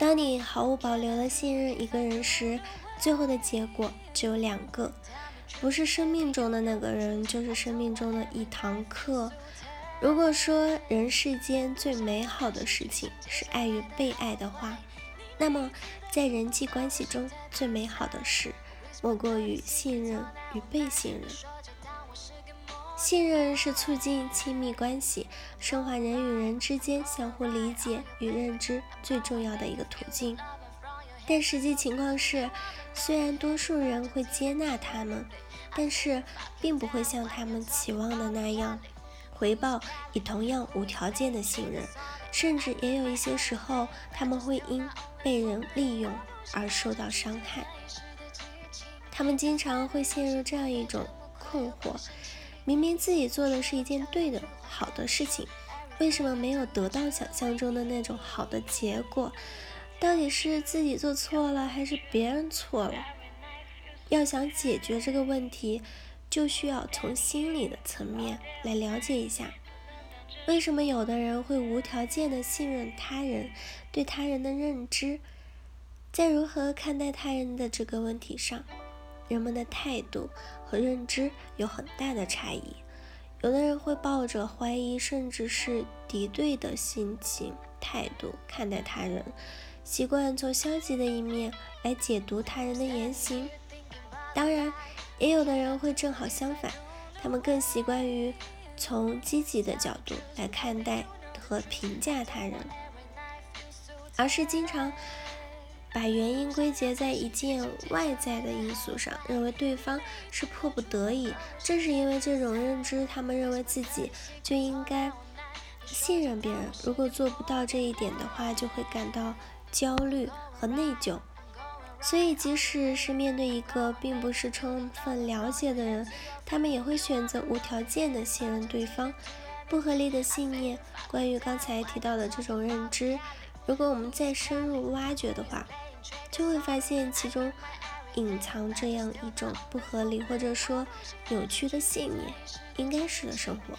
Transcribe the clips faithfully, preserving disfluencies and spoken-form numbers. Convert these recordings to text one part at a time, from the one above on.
当你毫无保留地信任一个人时，最后的结果只有两个，不是生命中的那个人，就是生命中的一堂课。如果说人世间最美好的事情是爱与被爱的话，那么在人际关系中最美好的事莫过于信任与被信任。信任是促进亲密关系、升华人与人之间相互理解与认知最重要的一个途径。但实际情况是，虽然多数人会接纳他们，但是并不会像他们期望的那样回报以同样无条件的信任，甚至也有一些时候他们会因被人利用而受到伤害。他们经常会陷入这样一种困惑，明明自己做的是一件对的好的事情，为什么没有得到想象中的那种好的结果？到底是自己做错了还是别人错了？要想解决这个问题，就需要从心理的层面来了解一下，为什么有的人会无条件的信任他人，对他人的认知，在如何看待他人的这个问题上，人们的态度和认知有很大的差异。有的人会抱着怀疑甚至是敌对的心情态度看待他人，习惯从消极的一面来解读他人的言行。当然，也有的人会正好相反，他们更习惯于从积极的角度来看待和评价他人，而是经常把原因归结在一件外在的因素上，认为对方是迫不得已。正是因为这种认知，他们认为自己就应该信任别人，如果做不到这一点的话，就会感到焦虑和内疚。所以即使是面对一个并不是充分了解的人，他们也会选择无条件的信任对方。不合理的信念，关于刚才提到的这种认知，如果我们再深入挖掘的话，就会发现其中隐藏这样一种不合理或者说扭曲的信念，应该是的生活。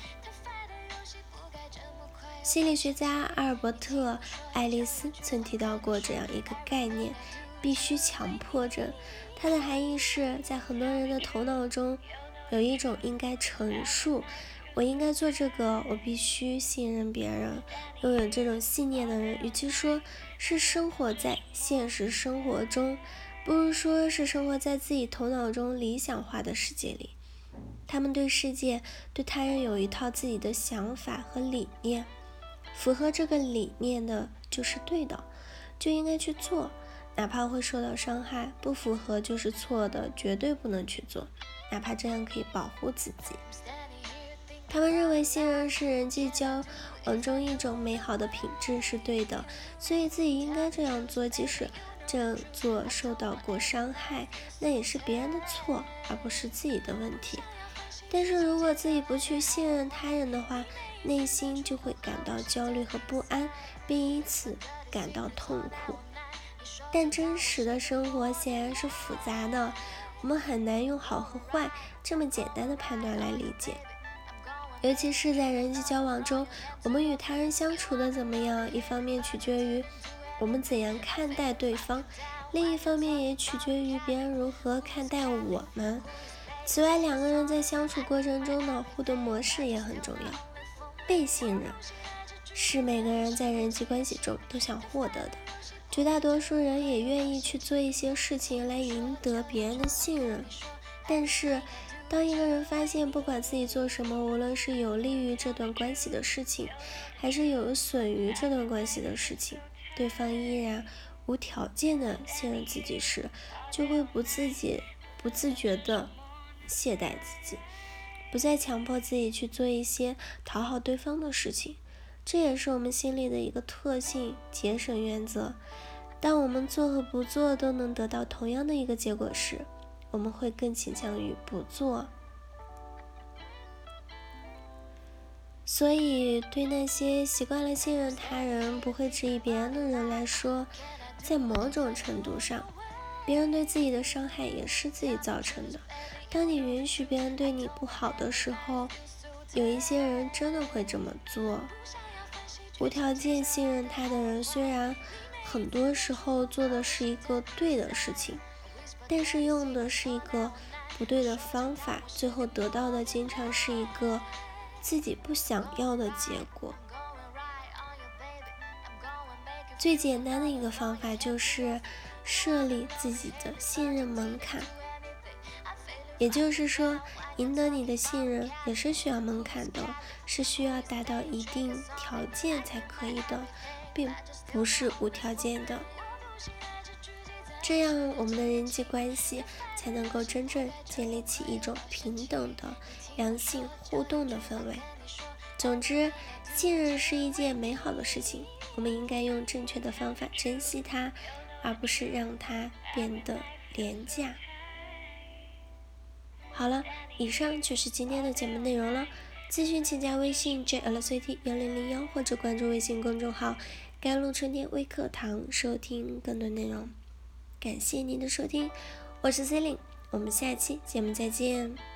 心理学家阿尔伯特·爱丽丝曾提到过这样一个概念，必须强迫症。它的含义是，在很多人的头脑中有一种应该陈述，我应该做这个，我必须信任别人。拥有这种信念的人，与其说是生活在现实生活中，不如说是生活在自己头脑中理想化的世界里。他们对世界、对他人有一套自己的想法和理念，符合这个理念的就是对的，就应该去做，哪怕会受到伤害；不符合就是错的，绝对不能去做，哪怕这样可以保护自己。他们认为信任是人际交往中一种美好的品质，是对的，所以自己应该这样做，即使这样做受到过伤害，那也是别人的错，而不是自己的问题。但是如果自己不去信任他人的话，内心就会感到焦虑和不安，并因此感到痛苦。但真实的生活显然是复杂的，我们很难用好和坏这么简单的判断来理解。尤其是在人际交往中，我们与他人相处的怎么样，一方面取决于我们怎样看待对方，另一方面也取决于别人如何看待我们。此外，两个人在相处过程中的互动模式也很重要。被信任是每个人在人际关系中都想获得的，绝大多数人也愿意去做一些事情来赢得别人的信任。但是当一个人发现不管自己做什么，无论是有利于这段关系的事情，还是有损于这段关系的事情，对方依然无条件的信任自己时，就会不自己不自觉的懈怠自己，不再强迫自己去做一些讨好对方的事情。这也是我们心里的一个特性，节省原则。当我们做和不做都能得到同样的一个结果时，我们会更倾向于不做。所以对那些习惯了信任他人，不会质疑别人的人来说，在某种程度上，别人对自己的伤害也是自己造成的。当你允许别人对你不好的时候，有一些人真的会这么做。无条件信任他的人，虽然很多时候做的是一个对的事情，但是用的是一个不对的方法，最后得到的经常是一个自己不想要的结果。最简单的一个方法就是设立自己的信任门槛，也就是说，赢得你的信任也是需要门槛的，是需要达到一定条件才可以的，并不是无条件的。这样我们的人际关系才能够真正建立起一种平等的良性互动的氛围。总之，信任是一件美好的事情，我们应该用正确的方法珍惜它，而不是让它变得廉价。好了，以上就是今天的节目内容了。咨询请加微信 J L C T 一零零一或者关注微信公众号甘露春天微课堂收听更多内容。感谢您的收听，我是 Celine， 我们下期节目再见。